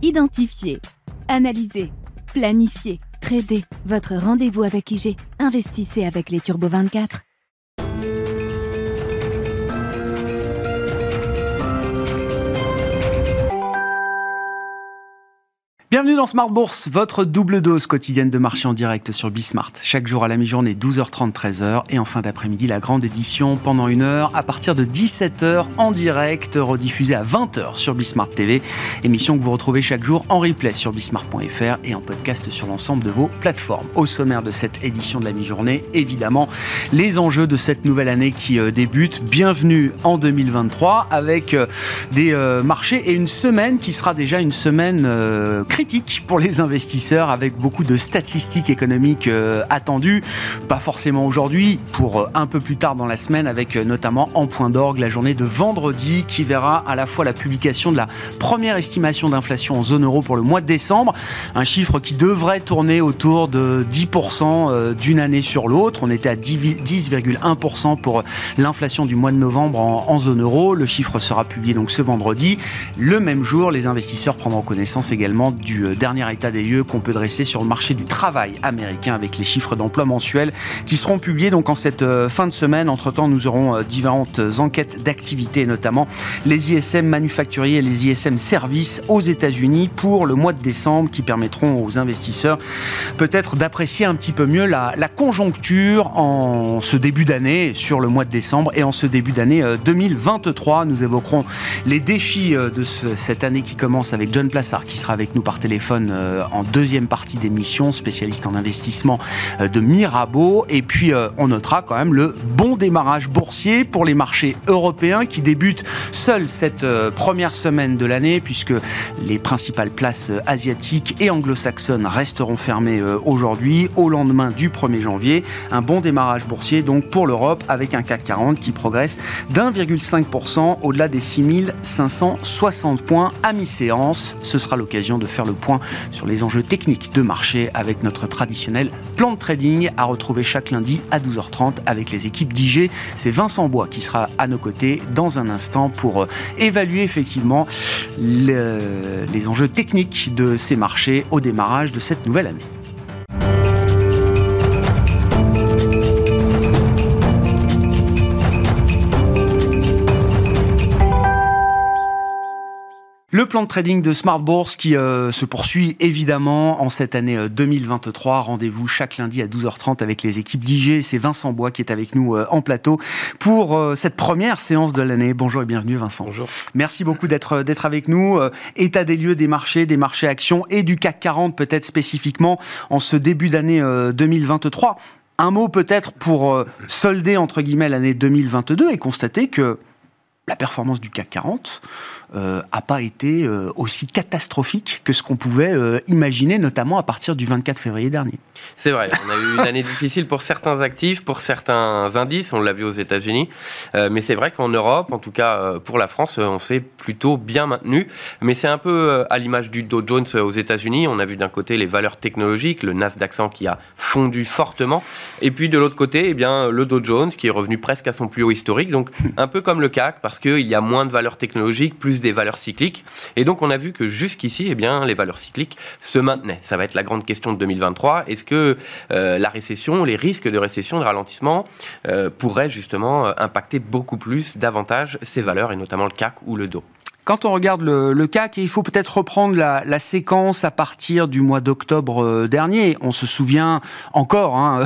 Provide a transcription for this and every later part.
Identifier, analyser, planifier, trader. Votre rendez-vous avec IG. Investissez avec les Turbo 24. Bienvenue dans Smart Bourse, votre double dose quotidienne de marché en direct sur Bismart. Chaque jour à la mi-journée, 12h30, 13h. Et en fin d'après-midi, la grande édition pendant 1 heure à partir de 17h en direct, rediffusée à 20h sur Bismart TV. Émission que vous retrouvez chaque jour en replay sur bismart.fr et en podcast sur l'ensemble de vos plateformes. Au sommaire de cette édition de la mi-journée, évidemment, les enjeux de cette nouvelle année qui débute. Bienvenue en 2023 avec des marchés et une semaine qui sera déjà une semaine critique pour les investisseurs avec beaucoup de statistiques économiques attendues, pas forcément aujourd'hui, pour un peu plus tard dans la semaine avec notamment en point d'orgue la journée de vendredi qui verra à la fois la publication de la première estimation d'inflation en zone euro pour le mois de décembre, un chiffre qui devrait tourner autour de 10% d'une année sur l'autre. On était à 10,1% pour l'inflation du mois de novembre en zone euro. Le chiffre sera publié donc ce vendredi. Le même jour, les investisseurs prendront connaissance également du dernier état des lieux qu'on peut dresser sur le marché du travail américain avec les chiffres d'emploi mensuels qui seront publiés donc en cette fin de semaine. Entre-temps, nous aurons différentes enquêtes d'activité, notamment les ISM manufacturiers et les ISM services aux États-Unis pour le mois de décembre qui permettront aux investisseurs peut-être d'apprécier un petit peu mieux la conjoncture en ce début d'année sur le mois de décembre et en ce début d'année 2023. Nous évoquerons les défis de cette année qui commence avec John Plassard qui sera avec nous par téléphone en deuxième partie d'émission, spécialiste en investissement de Mirabeau. Et puis on notera quand même le bon démarrage boursier pour les marchés européens qui débutent seuls cette première semaine de l'année puisque les principales places asiatiques et anglo-saxonnes resteront fermées aujourd'hui au lendemain du 1er janvier. Un bon démarrage boursier donc pour l'Europe avec un CAC 40 qui progresse d'1,5% au-delà des 6560 points à mi-séance. Ce sera l'occasion de faire le point sur les enjeux techniques de marché avec notre traditionnel plan de trading à retrouver chaque lundi à 12h30 avec les équipes d'IG. C'est Vincent Bois qui sera à nos côtés dans un instant pour évaluer effectivement les enjeux techniques de ces marchés au démarrage de cette nouvelle année. Le plan de trading de Smart Bourse qui se poursuit évidemment en cette année 2023. Rendez-vous chaque lundi à 12h30 avec les équipes d'IG. C'est Vincent Bois qui est avec nous en plateau pour cette première séance de l'année. Bonjour et bienvenue Vincent. Bonjour. Merci beaucoup d'être avec nous. État des lieux des marchés actions et du CAC 40 peut-être spécifiquement en ce début d'année 2023. Un mot peut-être pour solder entre guillemets l'année 2022 et constater que la performance du CAC 40 n'a pas été aussi catastrophique que ce qu'on pouvait imaginer, notamment à partir du 24 février dernier. C'est vrai, on a eu une année difficile pour certains actifs, pour certains indices, on l'a vu aux États-Unis, mais c'est vrai qu'en Europe, en tout cas pour la France, on s'est plutôt bien maintenu, mais c'est un peu à l'image du Dow Jones aux États-Unis. On a vu d'un côté les valeurs technologiques, le Nasdaq 100 qui a fondu fortement, et puis de l'autre côté, eh bien, le Dow Jones qui est revenu presque à son plus haut historique, donc un peu comme le CAC, parce qu'il y a moins de valeurs technologiques, plus des valeurs cycliques. Et donc, on a vu que jusqu'ici, eh bien, les valeurs cycliques se maintenaient. Ça va être la grande question de 2023. Est-ce que la récession, les risques de récession, de ralentissement pourraient justement impacter beaucoup plus, davantage ces valeurs, et notamment le CAC ou le Dow? Quand on regarde le CAC, et il faut peut-être reprendre la séquence à partir du mois d'octobre dernier. On se souvient encore,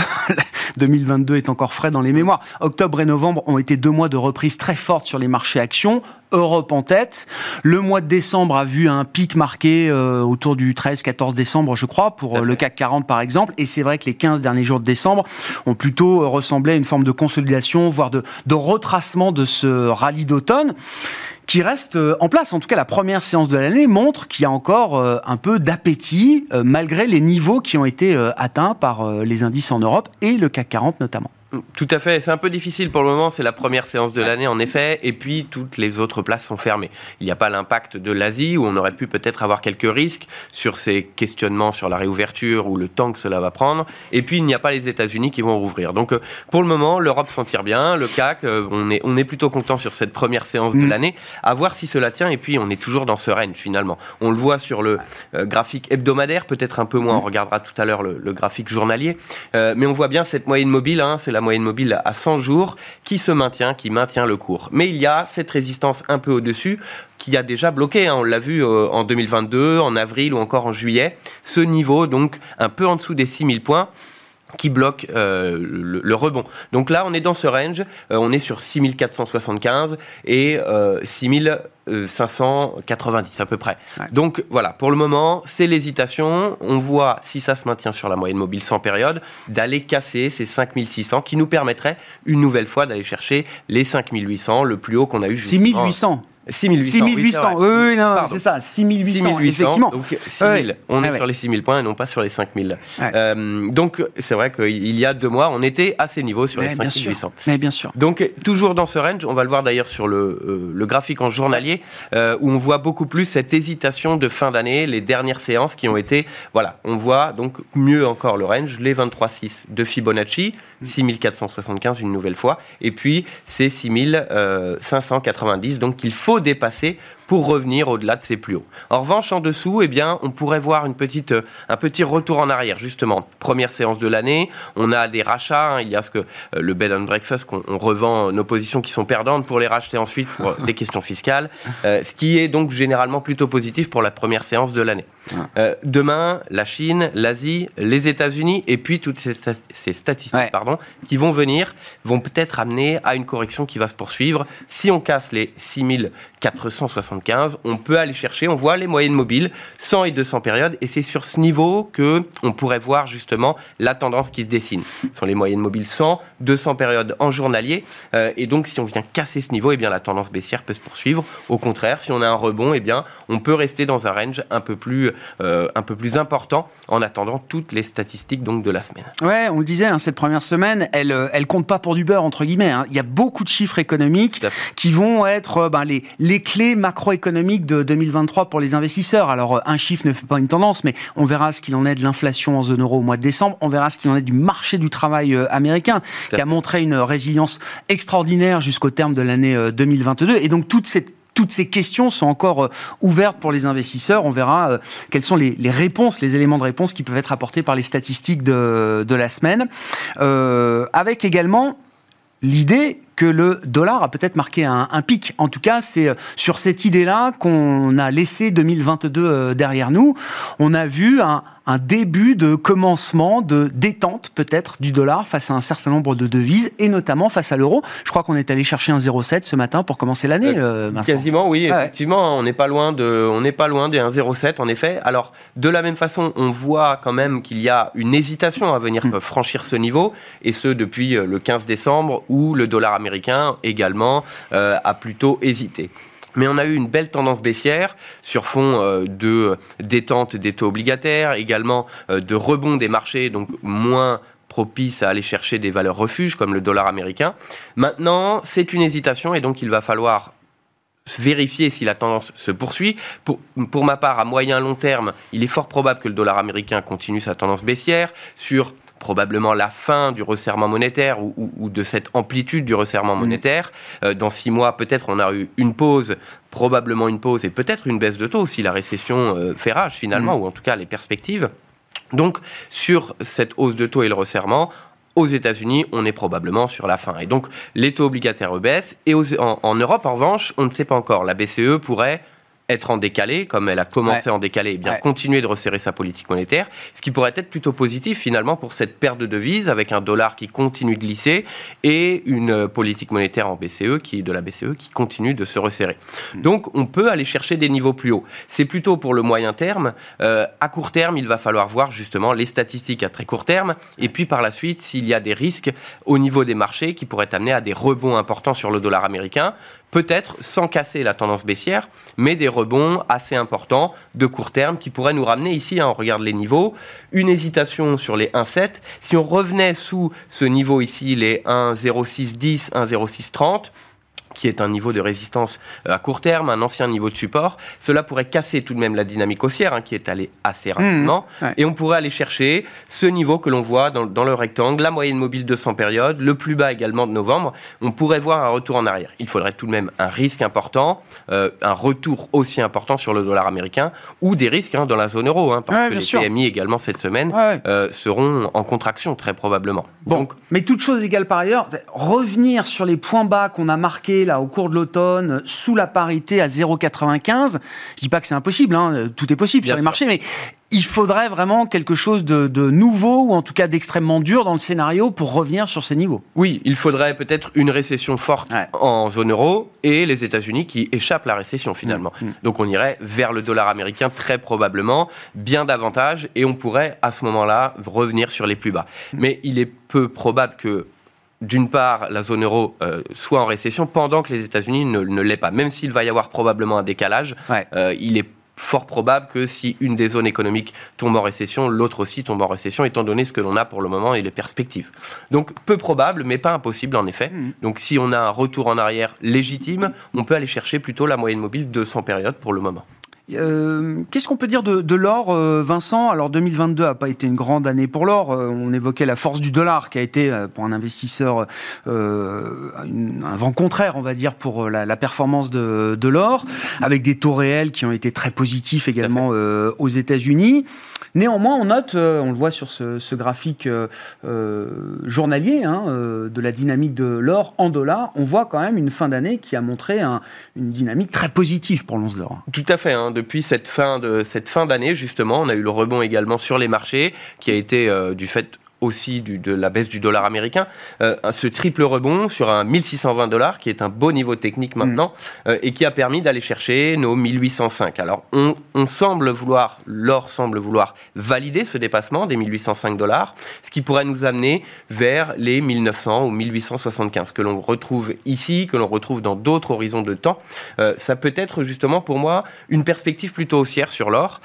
2022 est encore frais dans les mémoires. Octobre et novembre ont été 2 mois de reprise très forte sur les marchés actions. Europe en tête. Le mois de décembre a vu un pic marqué autour du 13-14 décembre, je crois, pour le CAC 40 par exemple. Et c'est vrai que les 15 derniers jours de décembre ont plutôt ressemblé à une forme de consolidation, voire de retracement de ce rallye d'automne qui reste en place. En tout cas, la première séance de l'année montre qu'il y a encore un peu d'appétit, malgré les niveaux qui ont été atteints par les indices en Europe et le CAC 40 notamment. Tout à fait, c'est un peu difficile pour le moment, c'est la première séance de l'année en effet, et puis toutes les autres places sont fermées. Il n'y a pas l'impact de l'Asie où on aurait pu peut-être avoir quelques risques sur ces questionnements sur la réouverture ou le temps que cela va prendre, et puis il n'y a pas les États-Unis qui vont rouvrir. Donc pour le moment, l'Europe s'en tire bien, le CAC, on est plutôt content sur cette première séance de l'année, à voir si cela tient, et puis on est toujours dans ce range finalement. On le voit sur le graphique hebdomadaire, peut-être un peu moins, on regardera tout à l'heure le graphique journalier, mais on voit bien cette moyenne mobile, c'est la moyenne mobile à 100 jours qui maintient le cours. Mais il y a cette résistance un peu au-dessus qui a déjà bloqué, on l'a vu en 2022, en avril ou encore en juillet, ce niveau donc un peu en dessous des 6000 points qui bloque le rebond. Donc là, on est dans ce range, on est sur 6475 et 6590 à peu près. Ouais. Donc voilà, pour le moment, c'est l'hésitation. On voit, si ça se maintient sur la moyenne mobile sans période, d'aller casser ces 5600 qui nous permettraient une nouvelle fois d'aller chercher les 5800, le plus haut qu'on a eu jusqu'à... 6800 6800, oui, non, c'est ça, 6800, effectivement. Donc 6000, on est sur les 6000 points et non pas sur les 5000. Ouais. Donc c'est vrai qu'il y a 2 mois, on était à ces niveaux sur les 5800. Mais bien sûr. Donc toujours dans ce range, on va le voir d'ailleurs sur le graphique en journalier, où on voit beaucoup plus cette hésitation de fin d'année, les dernières séances qui ont été, voilà, on voit donc mieux encore le range, les 23,6 de Fibonacci, 6475 une nouvelle fois, et puis c'est 6590, donc il faut dépasser pour revenir au-delà de ces plus hauts. En revanche, en dessous, eh bien, on pourrait voir un petit retour en arrière, justement. Première séance de l'année, on a des rachats, il y a le bed and breakfast, qu'on revend nos positions qui sont perdantes pour les racheter ensuite pour des questions fiscales, ce qui est donc généralement plutôt positif pour la première séance de l'année. Demain, la Chine, l'Asie, les États-Unis, et puis toutes ces statistiques qui vont venir, vont peut-être amener à une correction qui va se poursuivre. Si on casse les 6475, on peut aller chercher, on voit les moyennes mobiles, 100 et 200 périodes, et c'est sur ce niveau qu'on pourrait voir justement la tendance qui se dessine. Ce sont les moyennes mobiles 100, 200 périodes en journalier, et donc si on vient casser ce niveau, eh bien, la tendance baissière peut se poursuivre. Au contraire, si on a un rebond, eh bien, on peut rester dans un range un peu plus important en attendant toutes les statistiques donc, de la semaine. Ouais, on le disait, cette première semaine, elle compte pas pour du beurre, entre guillemets. Il y a beaucoup de chiffres économiques qui vont être les clés macroéconomiques de 2023 pour les investisseurs. Alors, un chiffre ne fait pas une tendance, mais on verra ce qu'il en est de l'inflation en zone euro au mois de décembre. On verra ce qu'il en est du marché du travail américain, qui a montré une résilience extraordinaire jusqu'au terme de l'année 2022. Et donc, toutes ces questions sont encore ouvertes pour les investisseurs. On verra quelles sont les réponses, les éléments de réponse qui peuvent être apportés par les statistiques de la semaine. Avec également l'idée que le dollar a peut-être marqué un pic. En tout cas, c'est sur cette idée-là qu'on a laissé 2022 derrière nous. On a vu un début de commencement de détente peut-être du dollar face à un certain nombre de devises et notamment face à l'euro. Je crois qu'on est allé chercher un 0,7 ce matin pour commencer l'année, Vincent. Quasiment, oui, effectivement, on n'est pas loin des 1,07 en effet. Alors, de la même façon, on voit quand même qu'il y a une hésitation à venir franchir ce niveau, et ce depuis le 15 décembre où le dollar américain également a plutôt hésité. Mais on a eu une belle tendance baissière sur fond de détente des taux obligataires, également de rebond des marchés, donc moins propice à aller chercher des valeurs refuges comme le dollar américain. Maintenant, c'est une hésitation et donc il va falloir vérifier si la tendance se poursuit. Pour ma part, à moyen long terme, il est fort probable que le dollar américain continue sa tendance baissière sur probablement la fin du resserrement monétaire ou de cette amplitude du resserrement monétaire. Dans 6 mois, peut-être on a eu une pause, probablement une pause et peut-être une baisse de taux si la récession fait rage finalement, ou en tout cas les perspectives. Donc, sur cette hausse de taux et le resserrement, aux États-Unis, on est probablement sur la fin. Et donc, les taux obligataires baissent. Et en Europe, en revanche, on ne sait pas encore. La BCE pourrait être en décalé, comme elle a commencé en décalé, et bien continuer de resserrer sa politique monétaire, ce qui pourrait être plutôt positif finalement pour cette paire de devises avec un dollar qui continue de glisser et une politique monétaire de la BCE qui continue de se resserrer. Donc on peut aller chercher des niveaux plus hauts. C'est plutôt pour le moyen terme. À court terme, il va falloir voir justement les statistiques à très court terme et puis par la suite s'il y a des risques au niveau des marchés qui pourraient amener à des rebonds importants sur le dollar américain. peut-être sans casser la tendance baissière, mais des rebonds assez importants de court terme qui pourraient nous ramener ici, on regarde les niveaux, une hésitation sur les 1,7. Si on revenait sous ce niveau ici, les 1,0610, 1,0630, qui est un niveau de résistance à court terme, un ancien niveau de support, cela pourrait casser tout de même la dynamique haussière, qui est allée assez rapidement, et on pourrait aller chercher ce niveau que l'on voit dans le rectangle, la moyenne mobile 200 périodes, le plus bas également de novembre, on pourrait voir un retour en arrière. Il faudrait tout de même un risque important, un retour aussi important sur le dollar américain, ou des risques dans la zone euro, parce que les PMI également cette semaine seront en contraction très probablement. Donc, mais toute chose égale par ailleurs, revenir sur les points bas qu'on a marqués là, au cours de l'automne, sous la parité à 0,95, je dis pas que c'est impossible, tout est possible sur les marchés, mais il faudrait vraiment quelque chose de nouveau, ou en tout cas d'extrêmement dur dans le scénario pour revenir sur ces niveaux. Oui, il faudrait peut-être une récession forte en zone euro et les États-Unis qui échappent à la récession finalement. Donc on irait vers le dollar américain très probablement, bien davantage, et on pourrait à ce moment-là revenir sur les plus bas. Mais il est peu probable que d'une part, la zone euro soit en récession pendant que les États-Unis ne l'aient pas. Même s'il va y avoir probablement un décalage, il est fort probable que si une des zones économiques tombe en récession, l'autre aussi tombe en récession, étant donné ce que l'on a pour le moment et les perspectives. Donc peu probable, mais pas impossible en effet. Donc si on a un retour en arrière légitime, on peut aller chercher plutôt la moyenne mobile 200 périodes pour le moment. Qu'est-ce qu'on peut dire de l'or, Vincent ? Alors 2022 n'a pas été une grande année pour l'or. On évoquait la force du dollar qui a été pour un investisseur un vent contraire, on va dire, pour la performance de l'or, avec des taux réels qui ont été très positifs également aux États-Unis. Néanmoins, on note, on le voit sur ce graphique journalier de la dynamique de l'or en dollars, on voit quand même une fin d'année qui a montré une dynamique très positive pour l'once d'or. Tout à fait. Depuis cette fin d'année, justement, on a eu le rebond également sur les marchés, qui a été du fait aussi de la baisse du dollar américain, ce triple rebond sur un 1620 $, qui est un beau niveau technique maintenant, et qui a permis d'aller chercher nos 1805. Alors, l'or semble vouloir valider ce dépassement des 1805 $, ce qui pourrait nous amener vers les 1900 ou 1875, que l'on retrouve ici, que l'on retrouve dans d'autres horizons de temps. Ça peut être justement pour moi une perspective plutôt haussière sur l'or,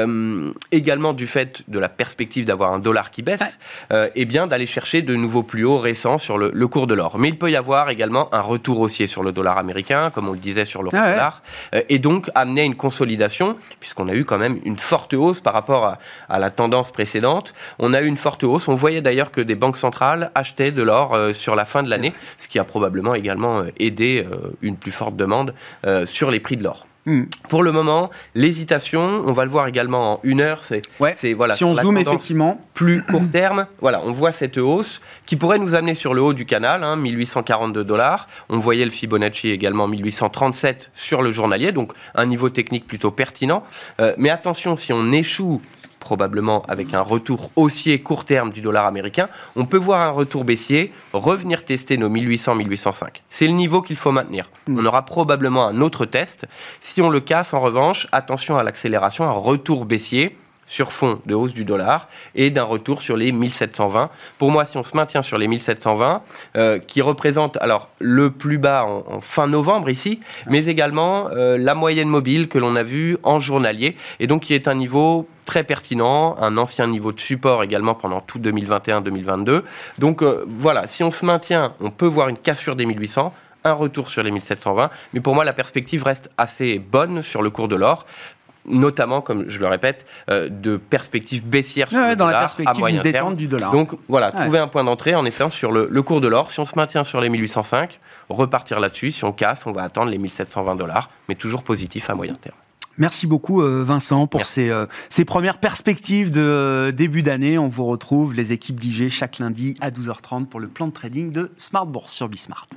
également du fait de la perspective d'avoir un dollar qui baisse, et bien d'aller chercher de nouveaux plus hauts récents sur le cours de l'or. Mais il peut y avoir également un retour haussier sur le dollar américain, comme on le disait sur l'euro-dollar, et donc amener à une consolidation, puisqu'on a eu quand même une forte hausse par rapport à la tendance précédente. On a eu une forte hausse. On voyait d'ailleurs que des banques centrales achetaient de l'or sur la fin de l'année, ce qui a probablement également aidé une plus forte demande sur les prix de l'or. Pour le moment, l'hésitation, on va le voir également en une heure, c'est voilà, si on zoome effectivement plus court terme, voilà, on voit cette hausse qui pourrait nous amener sur le haut du canal, 1842 $. On voyait le Fibonacci également 1837 sur le journalier, donc un niveau technique plutôt pertinent. Mais attention, si on échoue probablement avec un retour haussier court terme du dollar américain, on peut voir un retour baissier, revenir tester nos 1800-1805. C'est le niveau qu'il faut maintenir. On aura probablement un autre test. Si on le casse, en revanche, attention à l'accélération, un retour baissier sur fond de hausse du dollar et d'un retour sur les 1720. Pour moi, si on se maintient sur les 1720, qui représente alors le plus bas en fin novembre ici, mais également la moyenne mobile que l'on a vue en journalier, et donc qui est un niveau très pertinent, un ancien niveau de support également pendant tout 2021-2022. Donc voilà, si on se maintient, on peut voir une cassure des 1800, un retour sur les 1720, mais pour moi, la perspective reste assez bonne sur le cours de l'or, notamment, comme je le répète, de perspectives baissières sur le dans dollar la perspective à moyen d'une terme. détente du dollar. Donc voilà, trouver un point d'entrée en effet sur le cours de l'or. Si on se maintient sur les 1805, repartir là-dessus. Si on casse, on va attendre les 1720 $, mais toujours positif à moyen terme. Merci beaucoup Vincent pour ces premières perspectives de début d'année. On vous retrouve, les équipes d'IG, chaque lundi à 12h30 pour le plan de trading de Smart Bourse sur Bismart.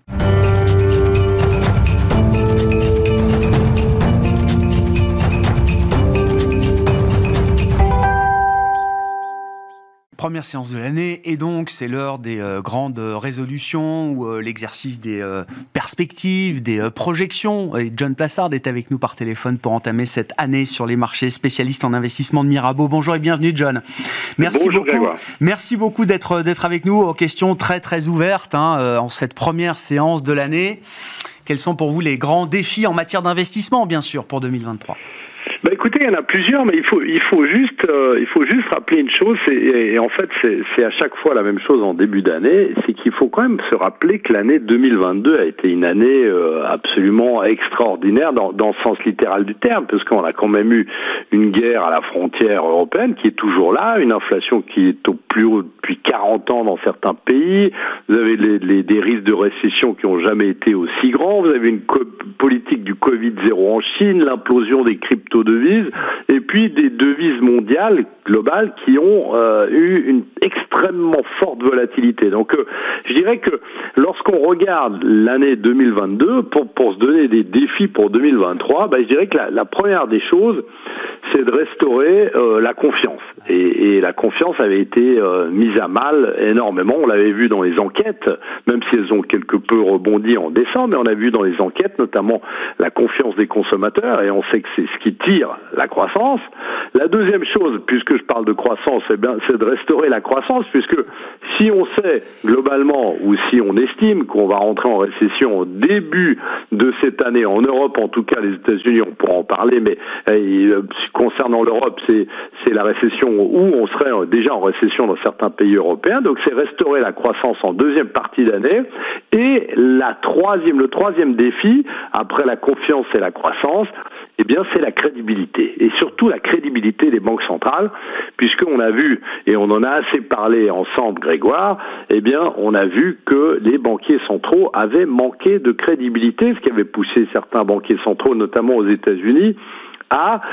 Première séance de l'année, et donc c'est l'heure des grandes résolutions ou l'exercice des perspectives, des projections. Et John Plassard est avec nous par téléphone pour entamer cette année sur les marchés, spécialiste en investissement de Mirabeau. Bonjour et bienvenue John. Merci beaucoup d'être avec nous aux questions très très ouvertes en cette première séance de l'année. Quels sont pour vous les grands défis en matière d'investissement, bien sûr, pour 2023 ? Écoutez, il y en a plusieurs, mais il faut juste rappeler une chose, et en fait c'est à chaque fois la même chose en début d'année, c'est qu'il faut quand même se rappeler que l'année 2022 a été une année absolument extraordinaire dans le sens littéral du terme, parce qu'on a quand même eu une guerre à la frontière européenne qui est toujours là, une inflation qui est au plus haut depuis 40 ans dans certains pays, vous avez des risques de récession qui n'ont jamais été aussi grands, vous avez une politique du Covid-0 en Chine, l'implosion des crypto-devises, et puis des devises mondiales, globales, qui ont eu une extrêmement forte volatilité. Donc je dirais que lorsqu'on regarde l'année 2022, pour se donner des défis pour 2023, je dirais que la première des choses, c'est de restaurer la confiance. Et la confiance avait été mise à mal énormément. On l'avait vu dans les enquêtes, même si elles ont quelque peu rebondi en décembre, mais on a vu dans les enquêtes notamment la confiance des consommateurs, et on sait que c'est ce qui tire la croissance. La deuxième chose, puisque je parle de croissance, c'est de restaurer la croissance, puisque si on sait globalement, ou si on estime qu'on va rentrer en récession au début de cette année, en Europe en tout cas, les États-Unis, on pourra en parler, mais concernant l'Europe, c'est la récession où on serait déjà en récession dans certains pays européens, donc c'est restaurer la croissance en deuxième partie d'année. Et le troisième défi, après la confiance et la croissance, c'est la crédibilité, et surtout la crédibilité des banques centrales, puisqu'on a vu, et on en a assez parlé ensemble, Grégoire, on a vu que les banquiers centraux avaient manqué de crédibilité, ce qui avait poussé certains banquiers centraux, notamment aux États-Unis, à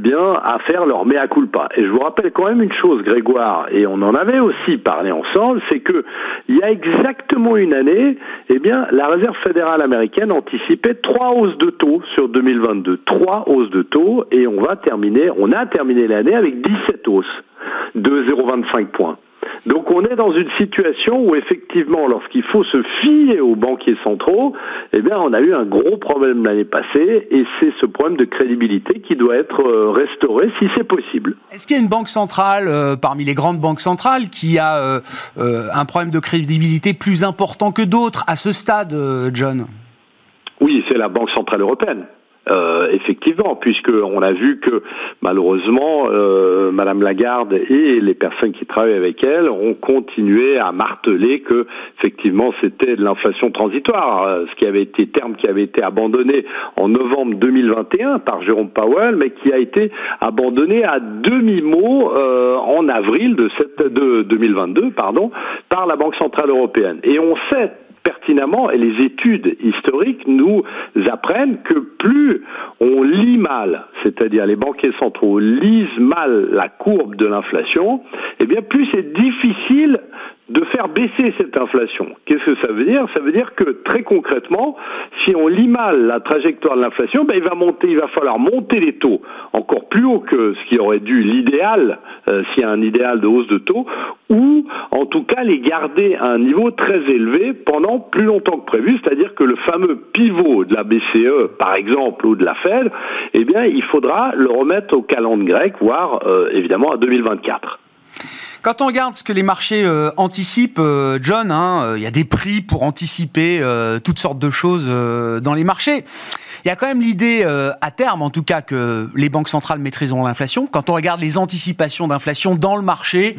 faire leur mea culpa. Et je vous rappelle quand même une chose, Grégoire, et on en avait aussi parlé ensemble, c'est que il y a exactement une année, la Réserve fédérale américaine anticipait 3 hausses de taux sur 2022. 3 hausses de taux, et on a terminé l'année avec 17 hausses de 0,25 points. Donc on est dans une situation où effectivement, lorsqu'il faut se fier aux banquiers centraux, on a eu un gros problème l'année passée, et c'est ce problème de crédibilité qui doit être restauré si c'est possible. Est-ce qu'il y a une banque centrale, parmi les grandes banques centrales, qui a un problème de crédibilité plus important que d'autres à ce stade, John ? Oui, c'est la Banque centrale européenne. Effectivement, puisqu'on a vu que malheureusement Madame Lagarde et les personnes qui travaillent avec elle ont continué à marteler que effectivement c'était de l'inflation transitoire, terme qui avait été abandonné en novembre 2021 par Jérôme Powell, mais qui a été abandonné à demi-mot en avril de 2022, par la Banque centrale européenne. Et on sait pertinemment, et les études historiques nous apprennent que plus on lit mal, c'est-à-dire les banquiers centraux lisent mal la courbe de l'inflation, plus c'est difficile de faire baisser cette inflation. Qu'est-ce que ça veut dire ? Ça veut dire que très concrètement, si on lit mal la trajectoire de l'inflation, il va falloir monter les taux encore plus haut que ce qui aurait dû l'idéal, s'il y a un idéal de hausse de taux, ou en tout cas les garder à un niveau très élevé pendant plus longtemps que prévu, c'est-à-dire que le fameux pivot de la BCE, par exemple, ou de la Fed, il faudra le remettre au calendrier grec, voire évidemment à 2024. Quand on regarde ce que les marchés anticipent, John, il y a des prix pour anticiper toutes sortes de choses dans les marchés. Il y a quand même l'idée, à terme en tout cas, que les banques centrales maîtriseront l'inflation. Quand on regarde les anticipations d'inflation dans le marché,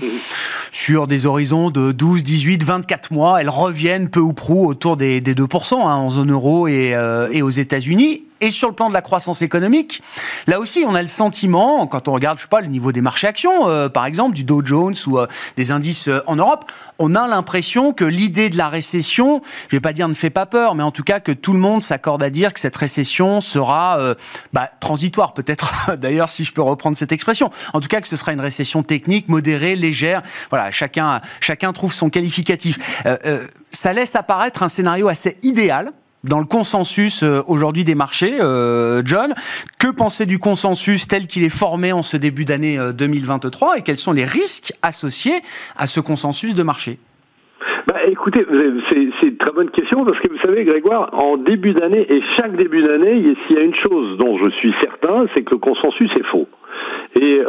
sur des horizons de 12, 18, 24 mois, elles reviennent peu ou prou autour des 2% en zone euro et aux États-Unis. Et sur le plan de la croissance économique, là aussi, on a le sentiment, quand on regarde, le niveau des marchés actions, par exemple, du Dow Jones ou des indices en Europe, on a l'impression que l'idée de la récession, je vais pas dire ne fait pas peur, mais en tout cas que tout le monde s'accorde à dire que cette récession sera transitoire, peut-être d'ailleurs, si je peux reprendre cette expression. En tout cas, que ce sera une récession technique, modérée, légère. Voilà, chacun trouve son qualificatif. Ça laisse apparaître un scénario assez idéal dans le consensus aujourd'hui des marchés. John, que pensez du consensus tel qu'il est formé en ce début d'année 2023 et quels sont les risques associés à ce consensus de marché ? Écoutez, c'est une très bonne question parce que vous savez, Grégoire, en début d'année, et chaque début d'année, s'il y a une chose dont je suis certain, c'est que le consensus est faux. Et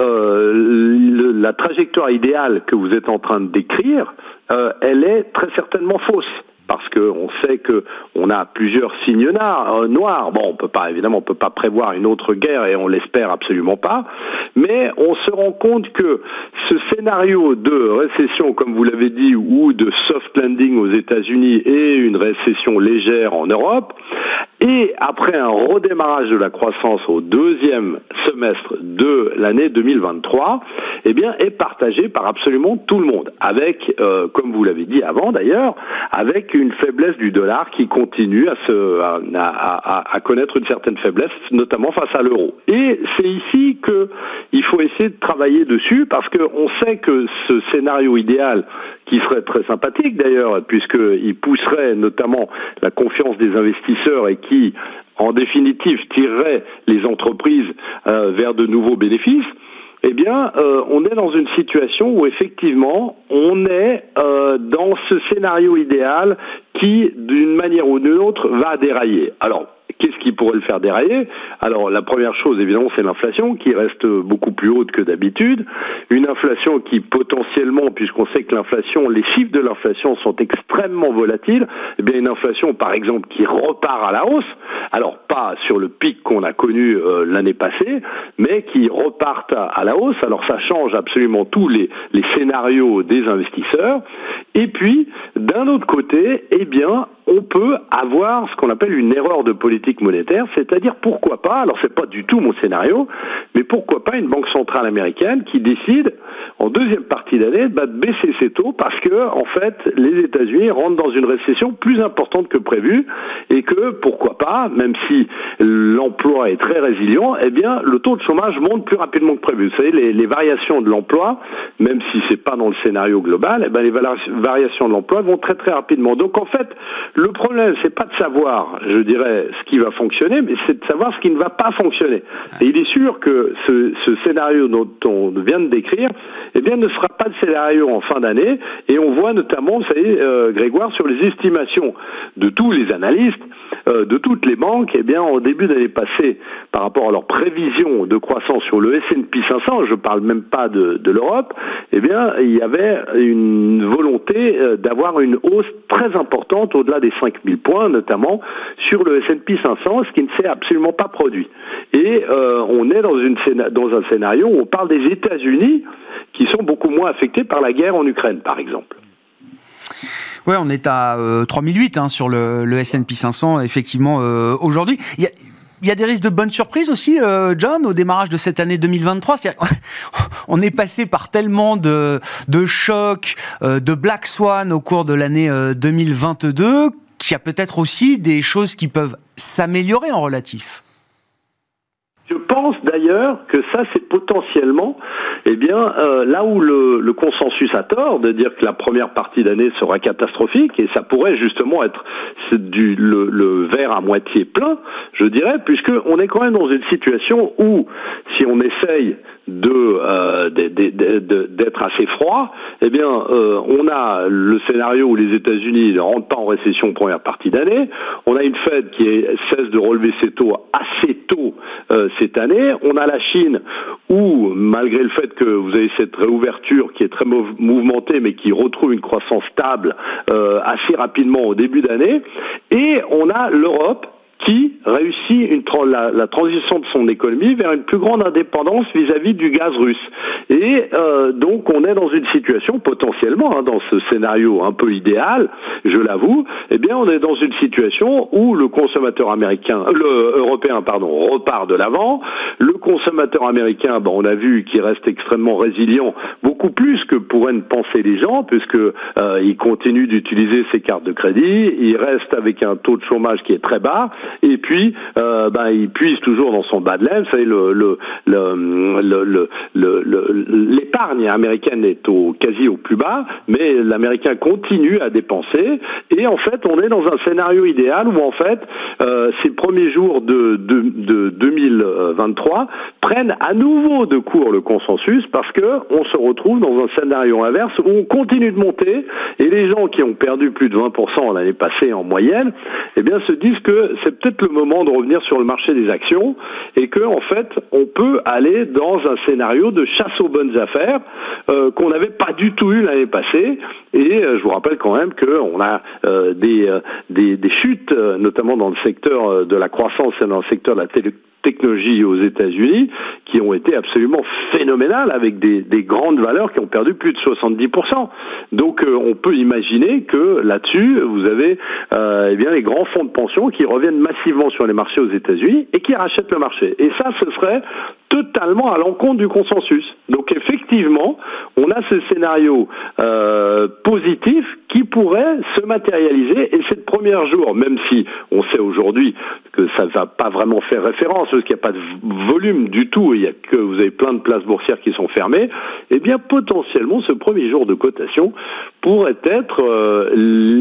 la trajectoire idéale que vous êtes en train de décrire, elle est très certainement fausse. parce que on sait que on a plusieurs signes noirs. Bon, on peut pas prévoir une autre guerre et on l'espère absolument pas. Mais on se rend compte que ce scénario de récession, comme vous l'avez dit, ou de soft landing aux États-Unis et une récession légère en Europe, et après un redémarrage de la croissance au deuxième semestre de l'année 2023, eh bien, est partagé par absolument tout le monde, avec, comme vous l'avez dit avant d'ailleurs, avec une faiblesse du dollar qui continue à connaître une certaine faiblesse, notamment face à l'euro. Et c'est ici qu'il faut essayer de travailler dessus, parce qu'on sait que ce scénario idéal, qui serait très sympathique d'ailleurs, puisqu'il pousserait notamment la confiance des investisseurs et qui, en définitive, tirerait les entreprises vers de nouveaux bénéfices, eh bien, on est dans une situation où effectivement, on est dans ce scénario idéal qui, d'une manière ou d'une autre, va dérailler. Alors, qu'est-ce qui pourrait le faire dérailler? Alors, la première chose, évidemment, c'est l'inflation, qui reste beaucoup plus haute que d'habitude. Une inflation qui, potentiellement, puisqu'on sait que l'inflation, les chiffres de l'inflation sont extrêmement volatiles, eh bien, une inflation, par exemple, qui repart à la hausse. Alors, pas sur le pic qu'on a connu l'année passée, mais qui repartent à la hausse. Alors, ça change absolument tous les scénarios des investisseurs. Et puis, d'un autre côté, eh bien, on peut avoir ce qu'on appelle une erreur de politique monétaire, c'est-à-dire pourquoi pas, alors c'est pas du tout mon scénario, mais pourquoi pas une banque centrale américaine qui décide en deuxième partie d'année de baisser ses taux parce que en fait les États-Unis rentrent dans une récession plus importante que prévu et que pourquoi pas, même si l'emploi est très résilient, eh bien le taux de chômage monte plus rapidement que prévu. Vous savez, les variations de l'emploi, même si c'est pas dans le scénario global, eh bien les variations de l'emploi vont très très rapidement. Donc en fait, le problème, c'est pas de savoir, je dirais, ce qui va fonctionner, mais c'est de savoir ce qui ne va pas fonctionner. Et il est sûr que ce scénario dont on vient de décrire, eh bien, ne sera pas le scénario en fin d'année. Et on voit notamment, vous savez, Grégoire, sur les estimations de tous les analystes, de toutes les banques, eh bien, au début d'année passée, par rapport à leurs prévisions de croissance sur le S&P 500, je parle même pas de l'Europe, eh bien, il y avait une volonté d'avoir une hausse très importante, au-delà des 5000 points, notamment sur le S&P 500, ce qui ne s'est absolument pas produit. Et on est dans un scénario où on parle des États-Unis qui sont beaucoup moins affectés par la guerre en Ukraine, par exemple. Ouais, on est à 3008 sur le S&P 500, effectivement, aujourd'hui. Il y a des risques de bonnes surprises aussi, John, au démarrage de cette année 2023. C'est-à-dire, on est passé par tellement de chocs, de Black Swan au cours de l'année 2022, qu'il y a peut-être aussi des choses qui peuvent s'améliorer en relatif. Je pense d'ailleurs que ça, c'est potentiellement, eh bien, là où le consensus a tort de dire que la première partie d'année sera catastrophique, et ça pourrait justement être le verre à moitié plein, je dirais, puisque on est quand même dans une situation où, si on essaye d'être assez froid, eh bien, on a le scénario où les États-Unis ne rentrent pas en récession première partie d'année. On a une Fed qui cesse de relever ses taux assez tôt cette année. On a la Chine où, malgré le fait que vous avez cette réouverture qui est très mouvementée, mais qui retrouve une croissance stable assez rapidement au début d'année. Et on a l'Europe qui réussit la transition de son économie vers une plus grande indépendance vis-à-vis du gaz russe. Et donc on est dans une situation potentiellement, dans ce scénario un peu idéal, je l'avoue, eh bien on est dans une situation où le européen repart de l'avant. Le consommateur américain, on a vu qu'il reste extrêmement résilient, beaucoup plus que pourraient ne penser les gens, puisque il continue d'utiliser ses cartes de crédit, il reste avec un taux de chômage qui est très bas. Et puis, il puise toujours dans son bas de laine. Vous savez, l'épargne américaine est quasi au plus bas, mais l'américain continue à dépenser. Et en fait, on est dans un scénario idéal où en fait, ces premiers jours de 2023 prennent à nouveau de court le consensus parce que on se retrouve dans un scénario inverse où on continue de monter et les gens qui ont perdu plus de 20% l'année passée en moyenne, eh bien, se disent que c'est c'est peut-être le moment de revenir sur le marché des actions et que en fait on peut aller dans un scénario de chasse aux bonnes affaires qu'on n'avait pas du tout eu l'année passée. Et je vous rappelle quand même qu'on a des chutes, notamment dans le secteur de la croissance et dans le secteur de la technologie aux États-Unis, qui ont été absolument phénoménales, avec des grandes valeurs qui ont perdu plus de 70%. Donc on peut imaginer que là-dessus, vous avez les grands fonds de pension qui reviennent massivement sur les marchés aux États-Unis et qui rachètent le marché. Et ça, ce serait totalement à l'encontre du consensus. Donc effectivement, on a ce scénario positif qui pourrait se matérialiser, et c'est le premier jour, même si on sait aujourd'hui que ça ne va pas vraiment faire référence, parce qu'il n'y a pas de volume du tout, vous avez plein de places boursières qui sont fermées, eh bien potentiellement ce premier jour de cotation pourrait être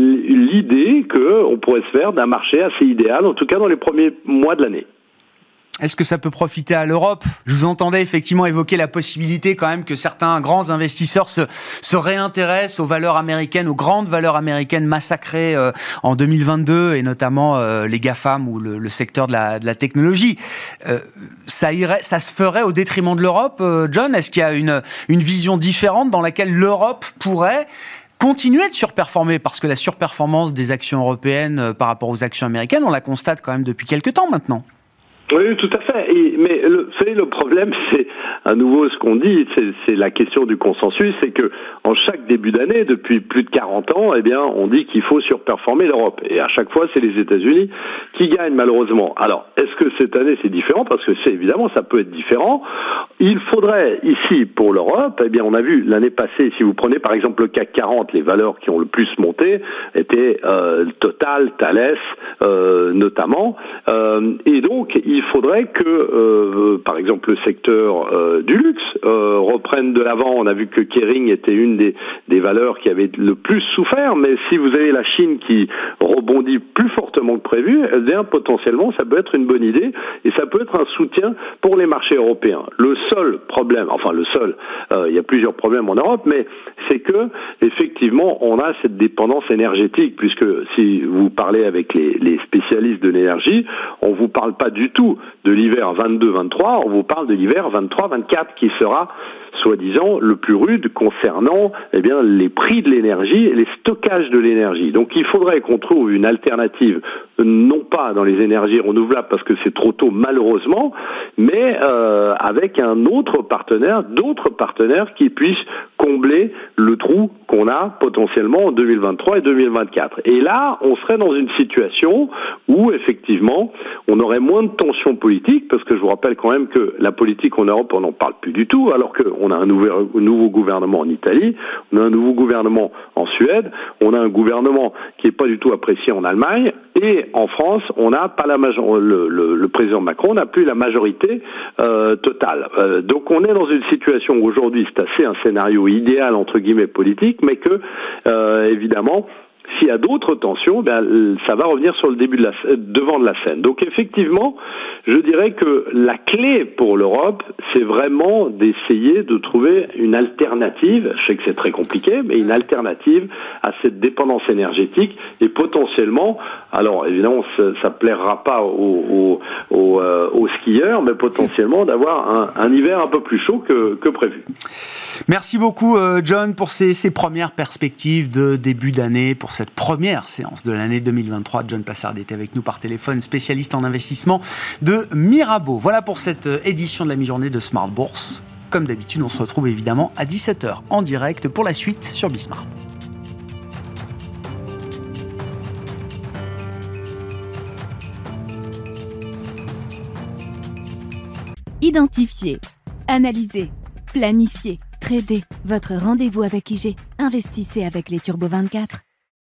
l'idée qu'on pourrait se faire d'un marché assez idéal, en tout cas dans les premiers mois de l'année. Est-ce que ça peut profiter à l'Europe ? Je vous entendais effectivement évoquer la possibilité quand même que certains grands investisseurs se réintéressent aux valeurs américaines, aux grandes valeurs américaines massacrées en 2022, et notamment les GAFAM ou le secteur de la technologie. Ça se ferait au détriment de l'Europe, John ? Est-ce qu'il y a une vision différente dans laquelle l'Europe pourrait continuer de surperformer, parce que la surperformance des actions européennes par rapport aux actions américaines, on la constate quand même depuis quelques temps maintenant. Oui, tout à fait. Mais vous savez, le problème, c'est à nouveau ce qu'on dit, c'est la question du consensus, c'est que en chaque début d'année, depuis plus de 40 ans, eh bien, on dit qu'il faut surperformer l'Europe. Et à chaque fois, c'est les États-Unis qui gagnent, malheureusement. Alors, est-ce que cette année, c'est différent ? Parce que évidemment, ça peut être différent. Il faudrait, ici, pour l'Europe, eh bien, on a vu l'année passée, si vous prenez par exemple le CAC 40, les valeurs qui ont le plus monté étaient Total, Thales, notamment. Et donc, il faudrait que, par exemple, le secteur du luxe reprenne de l'avant. On a vu que Kering était une des valeurs qui avait le plus souffert, mais si vous avez la Chine qui rebondit plus fortement que prévu, eh bien, potentiellement, ça peut être une bonne idée et ça peut être un soutien pour les marchés européens. Le seul problème, il y a plusieurs problèmes en Europe, mais c'est que, effectivement, on a cette dépendance énergétique, puisque si vous parlez avec les spécialistes de l'énergie, on vous parle pas du tout de l'hiver 22-23, on vous parle de l'hiver 23-24 qui sera soi-disant le plus rude concernant les prix de l'énergie et les stockages de l'énergie. Donc il faudrait qu'on trouve une alternative, non pas dans les énergies renouvelables parce que c'est trop tôt malheureusement, mais avec d'autres partenaires qui puissent combler le trou qu'on a potentiellement en 2023 et 2024. Et là, on serait dans une situation où effectivement, on aurait moins de tensions politiques, parce que je vous rappelle quand même que la politique en Europe, on n'en parle plus du tout, alors qu'on a un nouveau gouvernement en Italie, on a un nouveau gouvernement en Suède, on a un gouvernement qui n'est pas du tout apprécié en Allemagne, et en France, on n'a pas le président Macron n'a plus la majorité totale. Donc on est dans une situation où aujourd'hui c'est assez un scénario idéal entre guillemets politique, mais que évidemment, s'il y a d'autres tensions, ça va revenir sur le devant de la scène. Donc effectivement, je dirais que la clé pour l'Europe, c'est vraiment d'essayer de trouver une alternative. Je sais que c'est très compliqué, mais une alternative à cette dépendance énergétique et potentiellement, alors évidemment, ça plaira pas aux skieurs, mais potentiellement d'avoir un hiver un peu plus chaud que prévu. Merci beaucoup, John, pour ces premières perspectives de début d'année, pour cette première séance de l'année 2023. John Plassard était avec nous par téléphone, spécialiste en investissement de Mirabeau. Voilà pour cette édition de la mi-journée de Smart Bourse. Comme d'habitude, on se retrouve évidemment à 17h en direct pour la suite sur Bismart. Identifiez, analysez, planifiez, tradez. Votre rendez-vous avec IG. Investissez avec les Turbo 24.